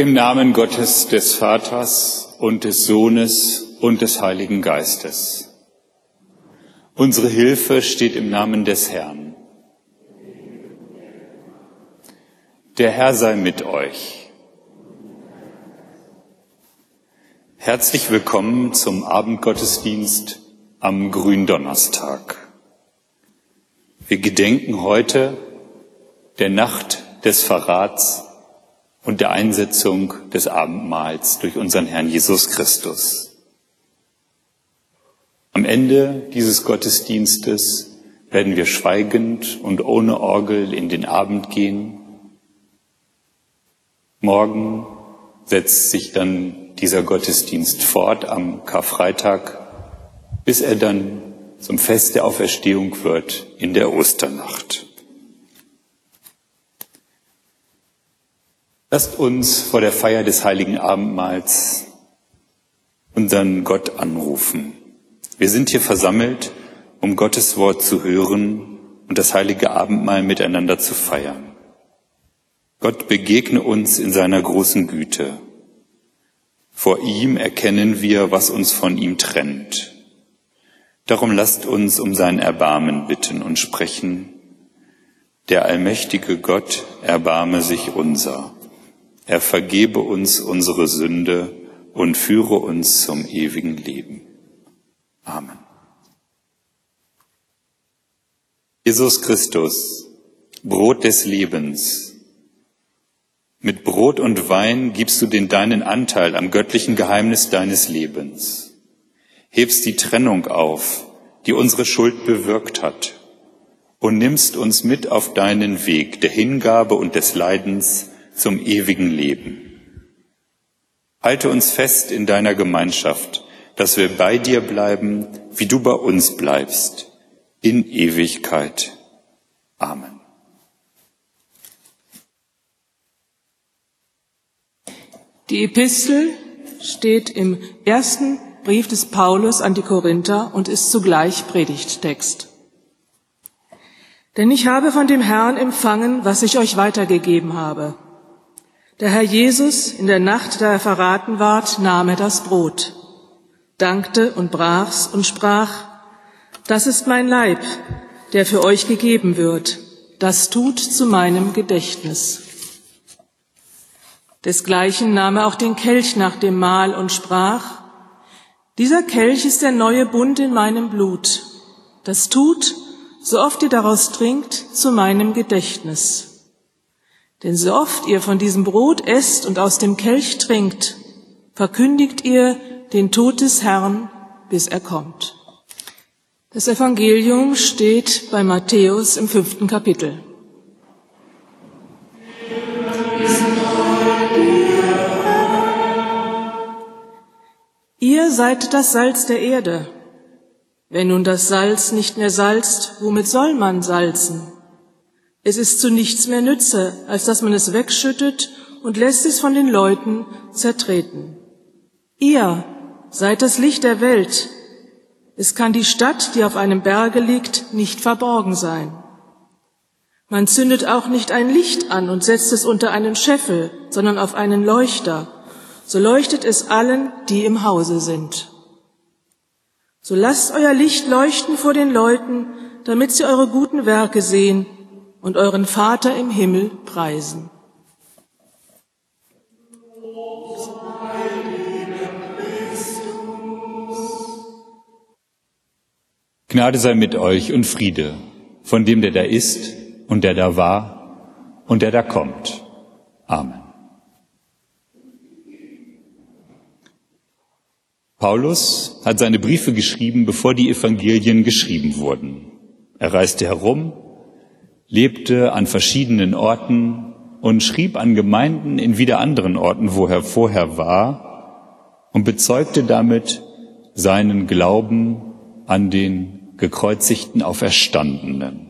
Im Namen Gottes, des Vaters und des Sohnes und des Heiligen Geistes. Unsere Hilfe steht im Namen des Herrn. Der Herr sei mit euch. Herzlich willkommen zum Abendgottesdienst am Gründonnerstag. Wir gedenken heute der Nacht des Verrats und der Einsetzung des Abendmahls durch unseren Herrn Jesus Christus. Am Ende dieses Gottesdienstes werden wir schweigend und ohne Orgel in den Abend gehen. Morgen setzt sich dann dieser Gottesdienst fort am Karfreitag, bis er dann zum Fest der Auferstehung wird in der Osternacht. Lasst uns vor der Feier des Heiligen Abendmahls unseren Gott anrufen. Wir sind hier versammelt, um Gottes Wort zu hören und das Heilige Abendmahl miteinander zu feiern. Gott begegne uns in seiner großen Güte. Vor ihm erkennen wir, was uns von ihm trennt. Darum lasst uns um sein Erbarmen bitten und sprechen: Der allmächtige Gott erbarme sich unser. Er vergebe uns unsere Sünde und führe uns zum ewigen Leben. Amen. Jesus Christus, Brot des Lebens, mit Brot und Wein gibst du den deinen Anteil am göttlichen Geheimnis deines Lebens, hebst die Trennung auf, die unsere Schuld bewirkt hat, und nimmst uns mit auf deinen Weg der Hingabe und des Leidens zum ewigen Leben. Halte uns fest in deiner Gemeinschaft, dass wir bei dir bleiben, wie du bei uns bleibst, in Ewigkeit. Amen. Die Epistel steht im ersten Brief des Paulus an die Korinther und ist zugleich Predigttext. Denn ich habe von dem Herrn empfangen, was ich euch weitergegeben habe. Der Herr Jesus, in der Nacht, da er verraten ward, nahm er das Brot, dankte und brach's und sprach: Das ist mein Leib, der für euch gegeben wird. Das tut zu meinem Gedächtnis. Desgleichen nahm er auch den Kelch nach dem Mahl und sprach: Dieser Kelch ist der neue Bund in meinem Blut. Das tut, so oft ihr daraus trinkt, zu meinem Gedächtnis. Denn so oft ihr von diesem Brot esst und aus dem Kelch trinkt, verkündigt ihr den Tod des Herrn, bis er kommt. Das Evangelium steht bei Matthäus im 5. Kapitel. Ihr seid das Salz der Erde. Wenn nun das Salz nicht mehr salzt, womit soll man salzen? Es ist zu nichts mehr Nütze, als dass man es wegschüttet und lässt es von den Leuten zertreten. Ihr seid das Licht der Welt. Es kann die Stadt, die auf einem Berge liegt, nicht verborgen sein. Man zündet auch nicht ein Licht an und setzt es unter einen Scheffel, sondern auf einen Leuchter. So leuchtet es allen, die im Hause sind. So lasst euer Licht leuchten vor den Leuten, damit sie eure guten Werke sehen und euren Vater im Himmel preisen. Gnade sei mit euch und Friede von dem, der da ist und der da war und der da kommt. Amen. Paulus hat seine Briefe geschrieben, bevor die Evangelien geschrieben wurden. Er reiste herum, lebte an verschiedenen Orten und schrieb an Gemeinden in wieder anderen Orten, wo er vorher war, und bezeugte damit seinen Glauben an den gekreuzigten Auferstandenen.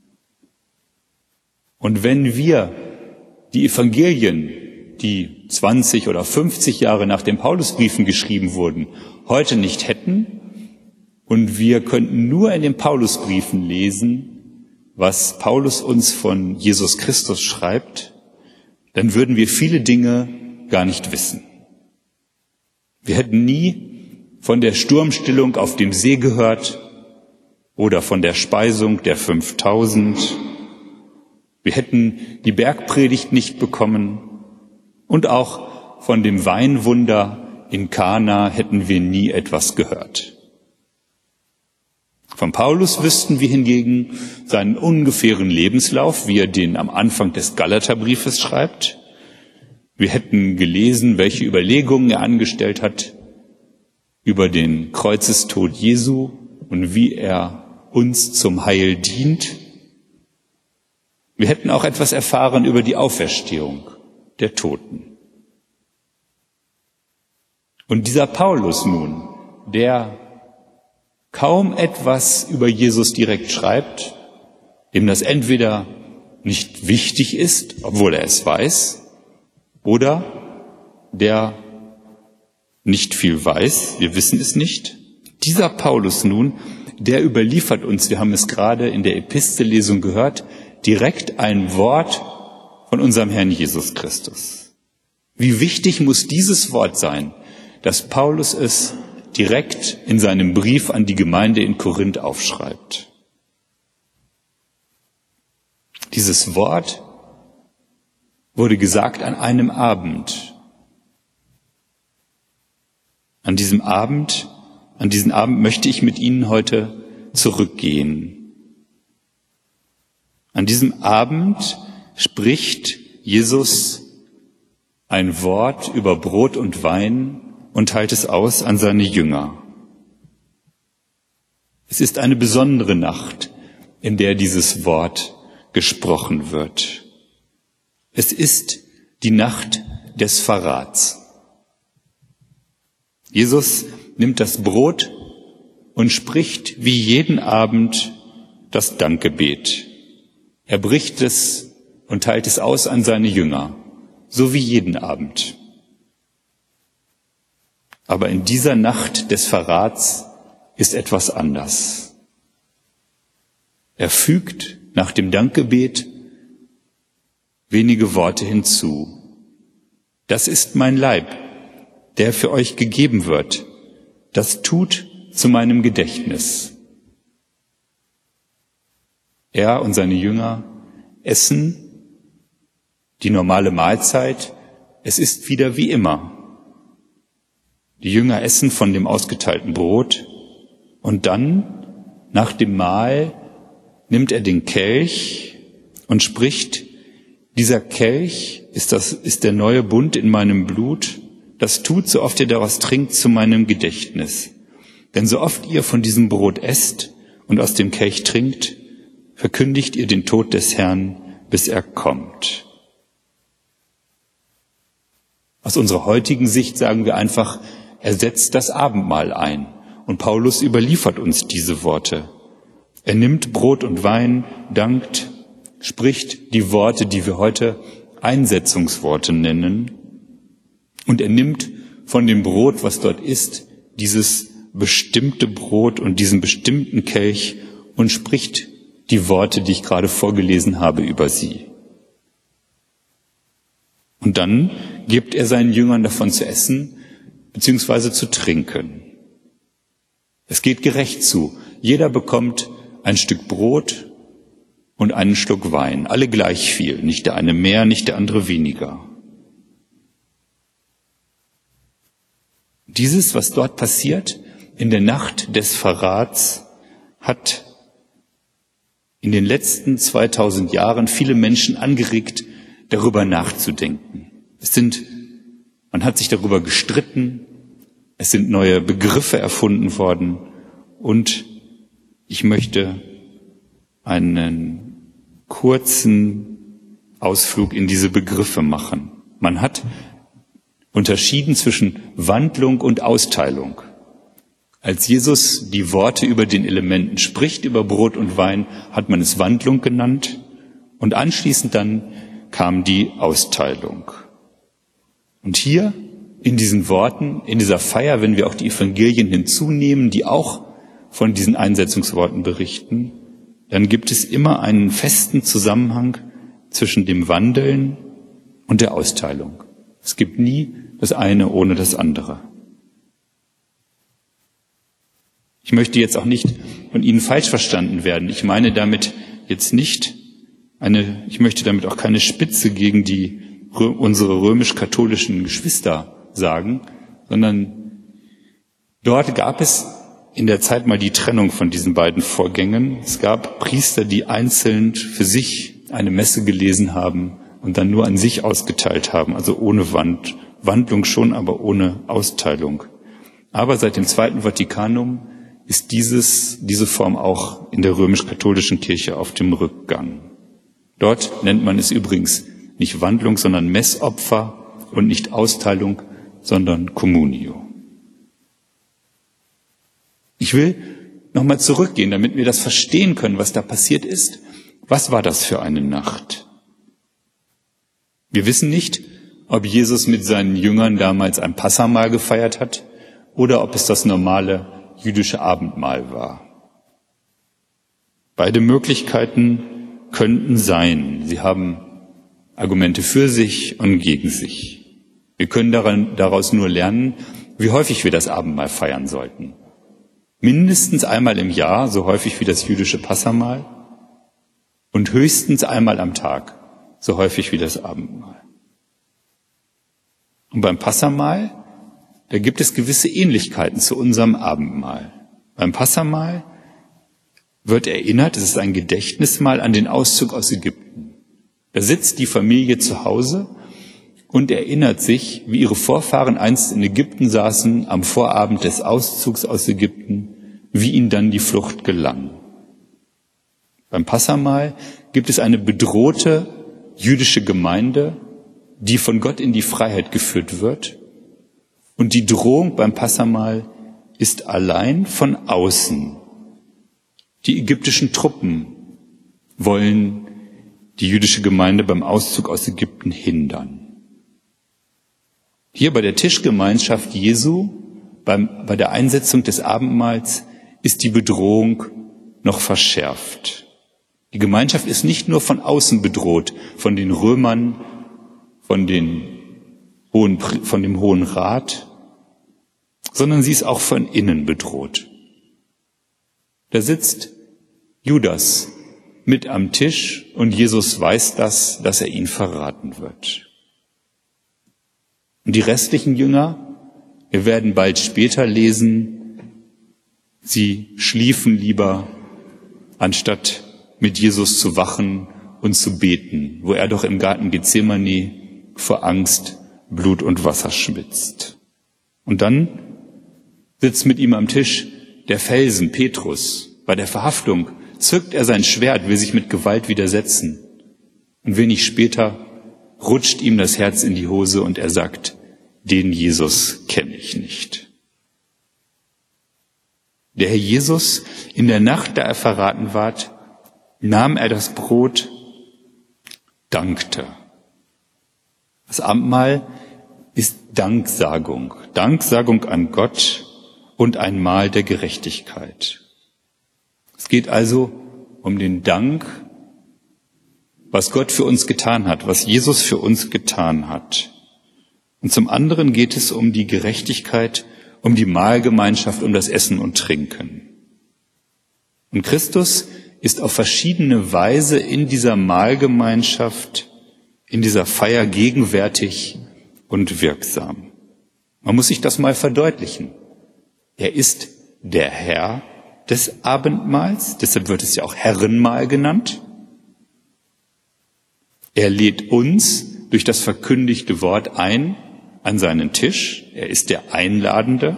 Und wenn wir die Evangelien, die 20 oder 50 Jahre nach den Paulusbriefen geschrieben wurden, heute nicht hätten und wir könnten nur in den Paulusbriefen lesen, was Paulus uns von Jesus Christus schreibt, dann würden wir viele Dinge gar nicht wissen. Wir hätten nie von der Sturmstillung auf dem See gehört oder von der Speisung der 5000. Wir hätten die Bergpredigt nicht bekommen und auch von dem Weinwunder in Kana hätten wir nie etwas gehört. Von Paulus wüssten wir hingegen seinen ungefähren Lebenslauf, wie er den am Anfang des Galaterbriefes schreibt. Wir hätten gelesen, welche Überlegungen er angestellt hat über den Kreuzestod Jesu und wie er uns zum Heil dient. Wir hätten auch etwas erfahren über die Auferstehung der Toten. Und dieser Paulus nun, der kaum etwas über Jesus direkt schreibt, dem das entweder nicht wichtig ist, obwohl er es weiß, oder der nicht viel weiß, wir wissen es nicht. Dieser Paulus nun, der überliefert uns, wir haben es gerade in der Epistellesung gehört, direkt ein Wort von unserem Herrn Jesus Christus. Wie wichtig muss dieses Wort sein, dass Paulus es direkt in seinem Brief an die Gemeinde in Korinth aufschreibt. Dieses Wort wurde gesagt an einem Abend. An diesen Abend möchte ich mit Ihnen heute zurückgehen. An diesem Abend spricht Jesus ein Wort über Brot und Wein und teilt es aus an seine Jünger. Es ist eine besondere Nacht, in der dieses Wort gesprochen wird. Es ist die Nacht des Verrats. Jesus nimmt das Brot und spricht wie jeden Abend das Dankgebet. Er bricht es und teilt es aus an seine Jünger, so wie jeden Abend. Aber in dieser Nacht des Verrats ist etwas anders. Er fügt nach dem Dankgebet wenige Worte hinzu. Das ist mein Leib, der für euch gegeben wird. Das tut zu meinem Gedächtnis. Er und seine Jünger essen die normale Mahlzeit. Es ist wieder wie immer. Die Jünger essen von dem ausgeteilten Brot und dann, nach dem Mahl, nimmt er den Kelch und spricht: Dieser Kelch ist der neue Bund in meinem Blut. Das tut, so oft ihr daraus trinkt, zu meinem Gedächtnis. Denn so oft ihr von diesem Brot esst und aus dem Kelch trinkt, verkündigt ihr den Tod des Herrn, bis er kommt. Aus unserer heutigen Sicht sagen wir einfach, er setzt das Abendmahl ein. Und Paulus überliefert uns diese Worte. Er nimmt Brot und Wein, dankt, spricht die Worte, die wir heute Einsetzungsworte nennen. Und er nimmt von dem Brot, was dort ist, dieses bestimmte Brot und diesen bestimmten Kelch und spricht die Worte, die ich gerade vorgelesen habe, über sie. Und dann gibt er seinen Jüngern davon zu essen bzw. zu trinken. Es geht gerecht zu. Jeder bekommt ein Stück Brot und einen Schluck Wein. Alle gleich viel. Nicht der eine mehr, nicht der andere weniger. Dieses, was dort passiert, in der Nacht des Verrats, hat in den letzten 2000 Jahren viele Menschen angeregt, darüber nachzudenken. Man hat sich darüber gestritten, es sind neue Begriffe erfunden worden und ich möchte einen kurzen Ausflug in diese Begriffe machen. Man hat unterschieden zwischen Wandlung und Austeilung. Als Jesus die Worte über den Elementen spricht, über Brot und Wein, hat man es Wandlung genannt und anschließend dann kam die Austeilung. Und hier in diesen Worten, in dieser Feier, wenn wir auch die Evangelien hinzunehmen, die auch von diesen Einsetzungsworten berichten, dann gibt es immer einen festen Zusammenhang zwischen dem Wandeln und der Austeilung. Es gibt nie das eine ohne das andere. Ich möchte jetzt auch nicht von Ihnen falsch verstanden werden. Ich meine damit jetzt nicht ich möchte damit auch keine Spitze gegen unsere römisch-katholischen Geschwister sagen, sondern dort gab es in der Zeit mal die Trennung von diesen beiden Vorgängen. Es gab Priester, die einzeln für sich eine Messe gelesen haben und dann nur an sich ausgeteilt haben, also ohne Wandlung schon, aber ohne Austeilung. Aber seit dem Zweiten Vatikanum ist diese Form auch in der römisch-katholischen Kirche auf dem Rückgang. Dort nennt man es übrigens nicht Wandlung, sondern Messopfer und nicht Austeilung, sondern Communio. Ich will nochmal zurückgehen, damit wir das verstehen können, was da passiert ist. Was war das für eine Nacht? Wir wissen nicht, ob Jesus mit seinen Jüngern damals ein Passahmahl gefeiert hat oder ob es das normale jüdische Abendmahl war. Beide Möglichkeiten könnten sein. Sie haben Argumente für sich und gegen sich. Wir können daraus nur lernen, wie häufig wir das Abendmahl feiern sollten. Mindestens einmal im Jahr, so häufig wie das jüdische Passahmahl, und höchstens einmal am Tag, so häufig wie das Abendmahl. Und beim Passahmahl, da gibt es gewisse Ähnlichkeiten zu unserem Abendmahl. Beim Passahmahl wird erinnert, es ist ein Gedächtnismahl an den Auszug aus Ägypten. Da sitzt die Familie zu Hause und erinnert sich, wie ihre Vorfahren einst in Ägypten saßen, am Vorabend des Auszugs aus Ägypten, wie ihnen dann die Flucht gelang. Beim Passahmahl gibt es eine bedrohte jüdische Gemeinde, die von Gott in die Freiheit geführt wird. Und die Drohung beim Passahmahl ist allein von außen. Die ägyptischen Truppen wollen die jüdische Gemeinde beim Auszug aus Ägypten hindern. Hier bei der Tischgemeinschaft Jesu, bei der Einsetzung des Abendmahls, ist die Bedrohung noch verschärft. Die Gemeinschaft ist nicht nur von außen bedroht, von den Römern, von dem Hohen Rat, sondern sie ist auch von innen bedroht. Da sitzt Judas mit am Tisch und Jesus weiß dass er ihn verraten wird. Und die restlichen Jünger, wir werden bald später lesen, sie schliefen lieber, anstatt mit Jesus zu wachen und zu beten, wo er doch im Garten Gethsemane vor Angst Blut und Wasser schwitzt. Und dann sitzt mit ihm am Tisch der Felsen, Petrus. Bei der Verhaftung zückt er sein Schwert, will sich mit Gewalt widersetzen. Und wenig später rutscht ihm das Herz in die Hose und er sagt, den Jesus kenne ich nicht. Der Herr Jesus, in der Nacht, da er verraten ward, nahm er das Brot, dankte. Das Abendmahl ist Danksagung an Gott und ein Mahl der Gerechtigkeit. Es geht also um den Dank, was Gott für uns getan hat, was Jesus für uns getan hat. Und zum anderen geht es um die Gerechtigkeit, um die Mahlgemeinschaft, um das Essen und Trinken. Und Christus ist auf verschiedene Weise in dieser Mahlgemeinschaft, in dieser Feier gegenwärtig und wirksam. Man muss sich das mal verdeutlichen. Er ist der Herr des Abendmahls, deshalb wird es ja auch Herrenmahl genannt. Er lädt uns durch das verkündigte Wort ein an seinen Tisch. Er ist der Einladende.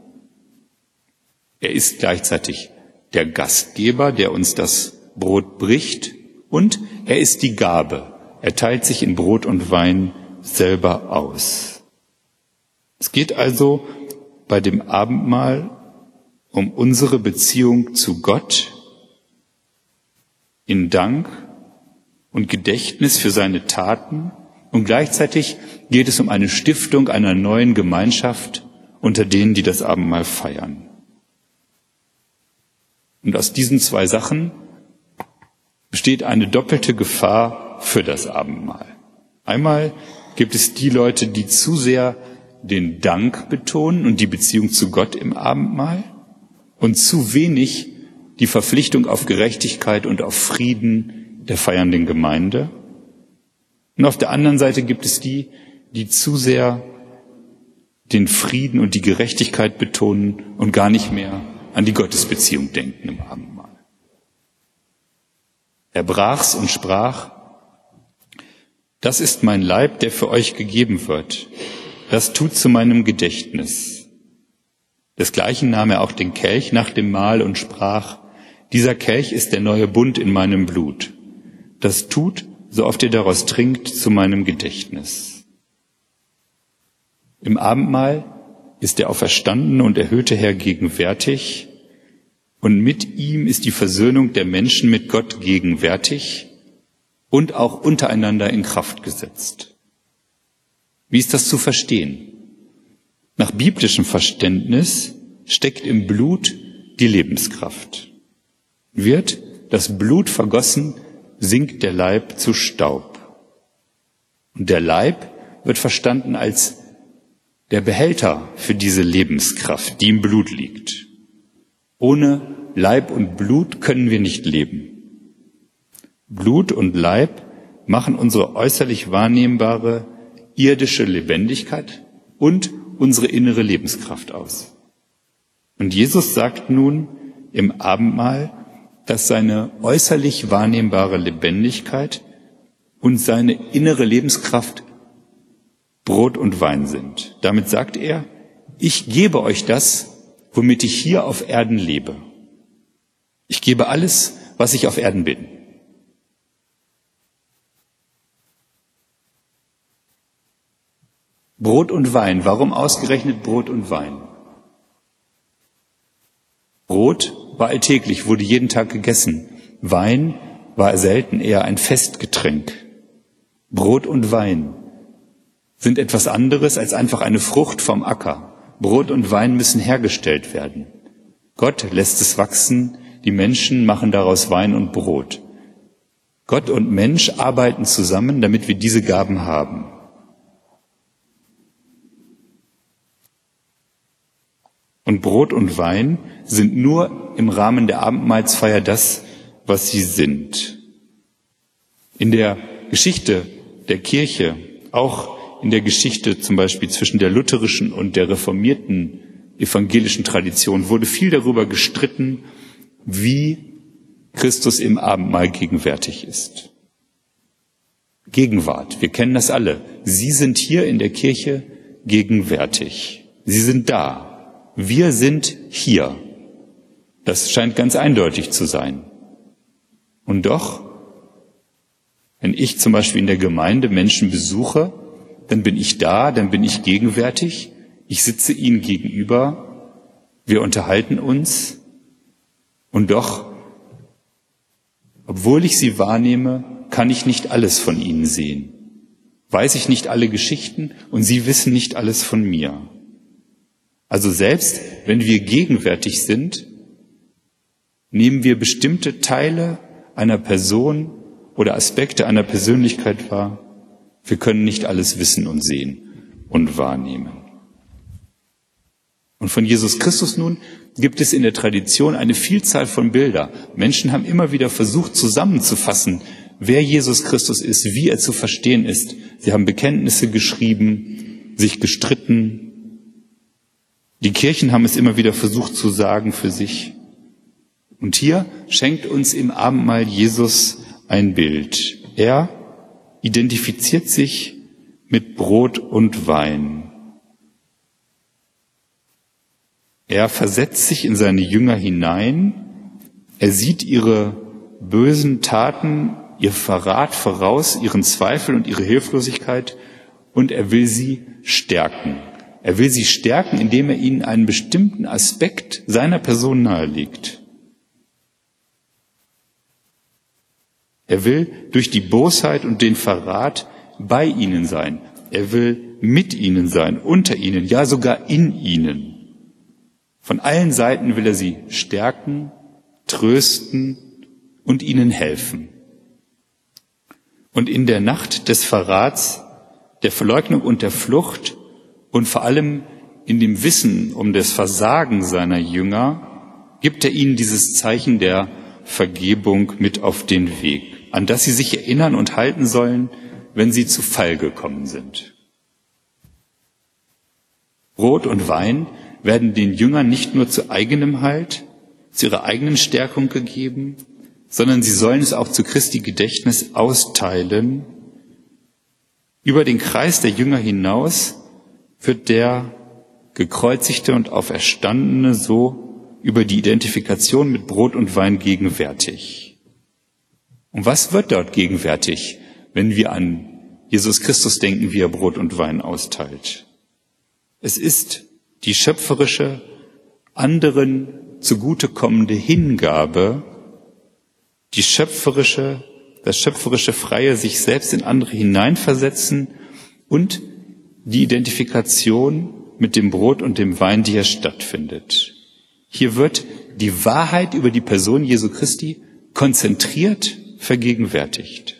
Er ist gleichzeitig der Gastgeber, der uns das Brot bricht. Und er ist die Gabe. Er teilt sich in Brot und Wein selber aus. Es geht also bei dem Abendmahl um unsere Beziehung zu Gott in Dank und Gedächtnis für seine Taten und gleichzeitig geht es um eine Stiftung einer neuen Gemeinschaft unter denen, die das Abendmahl feiern. Und aus diesen zwei Sachen besteht eine doppelte Gefahr für das Abendmahl. Einmal gibt es die Leute, die zu sehr den Dank betonen und die Beziehung zu Gott im Abendmahl und zu wenig die Verpflichtung auf Gerechtigkeit und auf Frieden der feiernden Gemeinde. Und auf der anderen Seite gibt es die, die zu sehr den Frieden und die Gerechtigkeit betonen und gar nicht mehr an die Gottesbeziehung denken im Abendmahl. Er brach's und sprach: Das ist mein Leib, der für euch gegeben wird. Das tut zu meinem Gedächtnis. Desgleichen nahm er auch den Kelch nach dem Mahl und sprach: Dieser Kelch ist der neue Bund in meinem Blut. Das tut, so oft ihr daraus trinkt, zu meinem Gedächtnis. Im Abendmahl ist der auferstandene und erhöhte Herr gegenwärtig, und mit ihm ist die Versöhnung der Menschen mit Gott gegenwärtig und auch untereinander in Kraft gesetzt. Wie ist das zu verstehen? Nach biblischem Verständnis steckt im Blut die Lebenskraft. Wird das Blut vergossen, sinkt der Leib zu Staub. Und der Leib wird verstanden als der Behälter für diese Lebenskraft, die im Blut liegt. Ohne Leib und Blut können wir nicht leben. Blut und Leib machen unsere äußerlich wahrnehmbare irdische Lebendigkeit und unsere innere Lebenskraft aus. Und Jesus sagt nun im Abendmahl, dass seine äußerlich wahrnehmbare Lebendigkeit und seine innere Lebenskraft Brot und Wein sind. Damit sagt er: Ich gebe euch das, womit ich hier auf Erden lebe. Ich gebe alles, was ich auf Erden bin. Brot und Wein. Warum ausgerechnet Brot und Wein? Brot war alltäglich, wurde jeden Tag gegessen. Wein war selten, eher ein Festgetränk. Brot und Wein sind etwas anderes als einfach eine Frucht vom Acker. Brot und Wein müssen hergestellt werden. Gott lässt es wachsen, die Menschen machen daraus Wein und Brot. Gott und Mensch arbeiten zusammen, damit wir diese Gaben haben. Und Brot und Wein sind nur im Rahmen der Abendmahlsfeier das, was sie sind. In der Geschichte der Kirche, auch in der Geschichte zum Beispiel zwischen der lutherischen und der reformierten evangelischen Tradition, wurde viel darüber gestritten, wie Christus im Abendmahl gegenwärtig ist. Gegenwart, wir kennen das alle. Sie sind hier in der Kirche gegenwärtig. Sie sind da. Wir sind hier. Das scheint ganz eindeutig zu sein. Und doch, wenn ich zum Beispiel in der Gemeinde Menschen besuche, dann bin ich da, dann bin ich gegenwärtig, ich sitze ihnen gegenüber, wir unterhalten uns und doch, obwohl ich sie wahrnehme, kann ich nicht alles von ihnen sehen. Weiß ich nicht alle Geschichten und sie wissen nicht alles von mir. Also selbst wenn wir gegenwärtig sind, nehmen wir bestimmte Teile einer Person oder Aspekte einer Persönlichkeit wahr. Wir können nicht alles wissen und sehen und wahrnehmen. Und von Jesus Christus nun gibt es in der Tradition eine Vielzahl von Bildern. Menschen haben immer wieder versucht zusammenzufassen, wer Jesus Christus ist, wie er zu verstehen ist. Sie haben Bekenntnisse geschrieben, sich gestritten. Die Kirchen haben es immer wieder versucht zu sagen für sich. Und hier schenkt uns im Abendmahl Jesus ein Bild. Er identifiziert sich mit Brot und Wein. Er versetzt sich in seine Jünger hinein. Er sieht ihre bösen Taten, ihr Verrat voraus, ihren Zweifel und ihre Hilflosigkeit, und er will sie stärken. Er will sie stärken, indem er ihnen einen bestimmten Aspekt seiner Person nahelegt. Er will durch die Bosheit und den Verrat bei ihnen sein. Er will mit ihnen sein, unter ihnen, ja sogar in ihnen. Von allen Seiten will er sie stärken, trösten und ihnen helfen. Und in der Nacht des Verrats der Verleugnung und der Flucht und vor allem in dem Wissen um das Versagen seiner Jünger gibt er ihnen dieses Zeichen der Vergebung mit auf den Weg, an das sie sich erinnern und halten sollen, wenn sie zu Fall gekommen sind. Brot und Wein werden den Jüngern nicht nur zu eigenem Halt, zu ihrer eigenen Stärkung gegeben, sondern sie sollen es auch zu Christi Gedächtnis austeilen. Über den Kreis der Jünger hinaus wird der Gekreuzigte und Auferstandene so über die Identifikation mit Brot und Wein gegenwärtig. Und was wird dort gegenwärtig, wenn wir an Jesus Christus denken, wie er Brot und Wein austeilt? Es ist die schöpferische, anderen zugutekommende Hingabe, das schöpferische freie sich selbst in andere hineinversetzen und die Identifikation mit dem Brot und dem Wein, die hier stattfindet. Hier wird die Wahrheit über die Person Jesu Christi konzentriert vergegenwärtigt.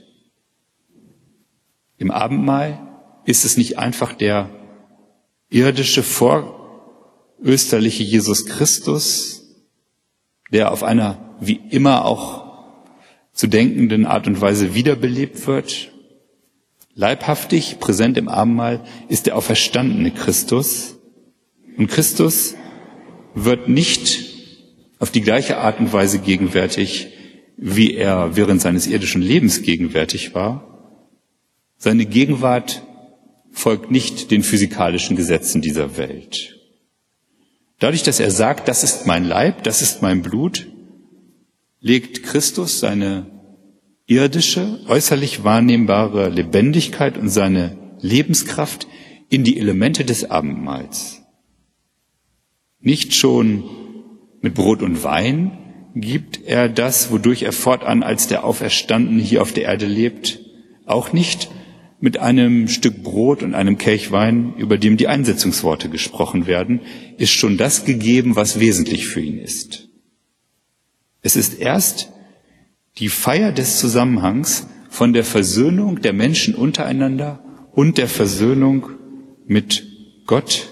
Im Abendmahl ist es nicht einfach der irdische, vorösterliche Jesus Christus, der auf einer wie immer auch zu denkenden Art und Weise wiederbelebt wird. Leibhaftig präsent im Abendmahl ist der auferstandene Christus. Und Christus wird nicht auf die gleiche Art und Weise gegenwärtig, wie er während seines irdischen Lebens gegenwärtig war. Seine Gegenwart folgt nicht den physikalischen Gesetzen dieser Welt. Dadurch, dass er sagt, das ist mein Leib, das ist mein Blut, legt Christus seine irdische, äußerlich wahrnehmbare Lebendigkeit und seine Lebenskraft in die Elemente des Abendmahls. Nicht schon mit Brot und Wein gibt er das, wodurch er fortan als der Auferstandene hier auf der Erde lebt, auch nicht mit einem Stück Brot und einem Kelch Wein, über dem die Einsetzungsworte gesprochen werden, ist schon das gegeben, was wesentlich für ihn ist. Es ist erst die Feier des Zusammenhangs von der Versöhnung der Menschen untereinander und der Versöhnung mit Gott,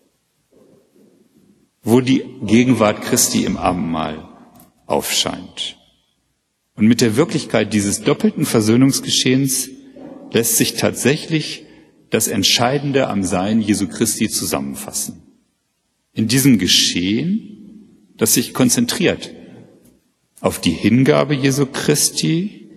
wo die Gegenwart Christi im Abendmahl aufscheint. Und mit der Wirklichkeit dieses doppelten Versöhnungsgeschehens lässt sich tatsächlich das Entscheidende am Sein Jesu Christi zusammenfassen. In diesem Geschehen, das sich konzentriert auf die Hingabe Jesu Christi,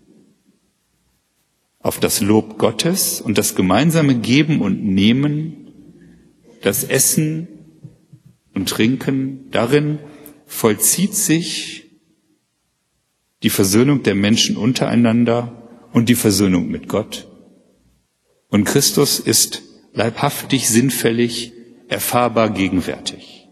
auf das Lob Gottes und das gemeinsame Geben und Nehmen, das Essen und Trinken, darin vollzieht sich die Versöhnung der Menschen untereinander und die Versöhnung mit Gott. Und Christus ist leibhaftig, sinnfällig, erfahrbar gegenwärtig.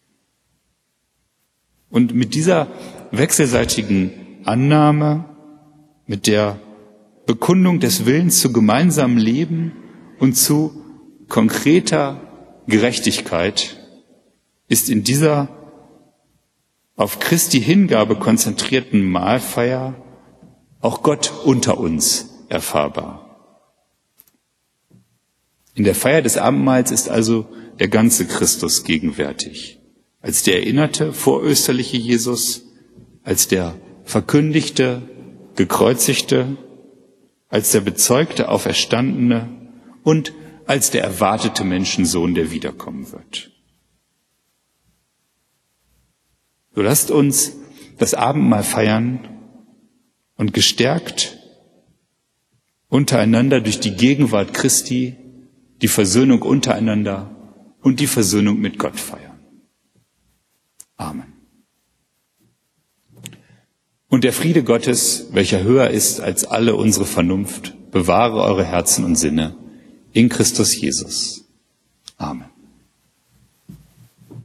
Und mit dieser wechselseitigen Annahme, mit der Bekundung des Willens zu gemeinsamem Leben und zu konkreter Gerechtigkeit ist in dieser auf Christi Hingabe konzentrierten Mahlfeier auch Gott unter uns erfahrbar. In der Feier des Abendmahls ist also der ganze Christus gegenwärtig. Als der erinnerte, vorösterliche Jesus, als der verkündigte, gekreuzigte, als der bezeugte, auferstandene und als der erwartete Menschensohn, der wiederkommen wird. So lasst uns das Abendmahl feiern und gestärkt untereinander durch die Gegenwart Christi die Versöhnung untereinander und die Versöhnung mit Gott feiern. Amen. Und der Friede Gottes, welcher höher ist als alle unsere Vernunft, bewahre eure Herzen und Sinne in Christus Jesus. Amen.